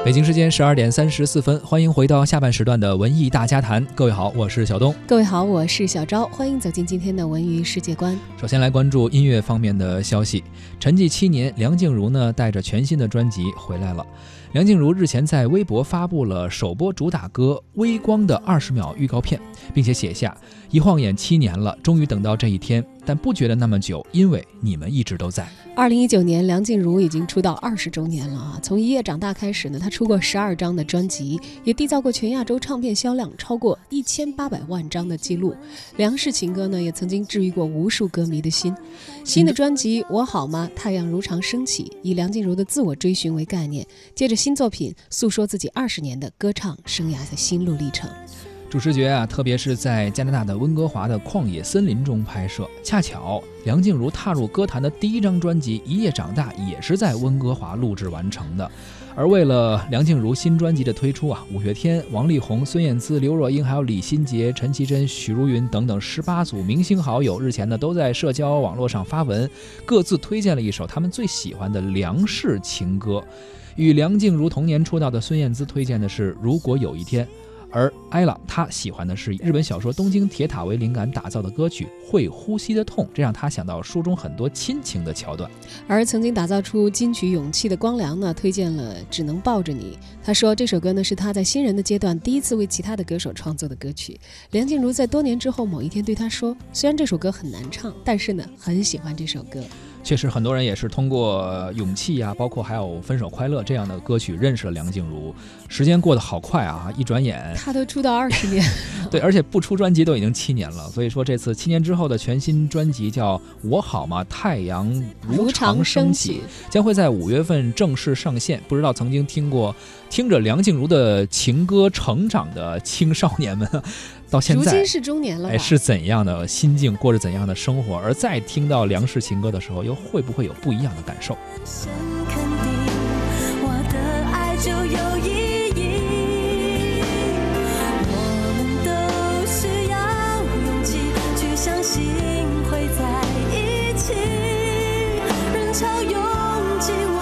北京时间12:34，欢迎回到下半时段的文艺大家谈。各位好，我是小东。 各位好，我是小昭。欢迎走进今天的文娱世界观。 首先来关注音乐方面的消息。沉寂7年，梁静茹呢带着全新的专辑回来了。梁静茹日前在微博发布了首播主打歌《微光》的20秒预告片，并且写下：一晃眼7年了，终于等到这一天，但不觉得那么久，因为你们一直都在。 2019年，梁静茹已经出道20周年了啊！从一夜长大开始呢，她出过12张的专辑，也缔造过全亚洲唱片销量超过1800万张的记录。梁氏情歌呢，也曾经治愈过无数歌迷的心。新的专辑《我好吗？太阳如常升起》，以梁静茹的自我追寻为概念，借着新作品诉说自己20年的歌唱生涯的心路历程。 主视觉特别是在加拿大的温哥华的旷野森林中拍摄，恰巧梁静茹踏入歌坛的第一张专辑《一夜长大》也是在温哥华录制完成的。而为了梁静茹新专辑的推出五月天、王力宏、孙燕姿、刘若英还有李心洁、陈绮贞、许茹芸等等18组明星好友日前呢都在社交网络上发文，各自推荐了一首他们最喜欢的梁氏情歌。与梁静茹同年出道的孙燕姿推荐的是《如果有一天》，而艾拉她喜欢的是日本小说《东京铁塔》为灵感打造的歌曲《会呼吸的痛》，这让她想到书中很多亲情的桥段。 而曾经打造出金曲勇气的光良呢，推荐了《只能抱着你》。他说这首歌呢是他在新人的阶段第一次为其他的歌手创作的歌曲。梁静茹在多年之后某一天对他说，虽然这首歌很难唱，但是呢很喜欢这首歌。 确实很多人也是通过勇气包括还有分手快乐这样的歌曲认识了梁静茹。时间过得好快一转眼他都出道20年对，而且不出专辑都已经7年了。所以说这次7年之后的全新专辑叫《我好吗？太阳如常升起》，将会在5月份正式上线。不知道曾经听着梁静茹的情歌成长的青少年们到现在如今是中年了吧， 是怎样的心境，过着怎样的生活，而再听到梁氏情歌的时候又会不会有不一样的感受？ 肯定我的爱就有意义，我们都需要勇气去相信会在一起，人潮拥挤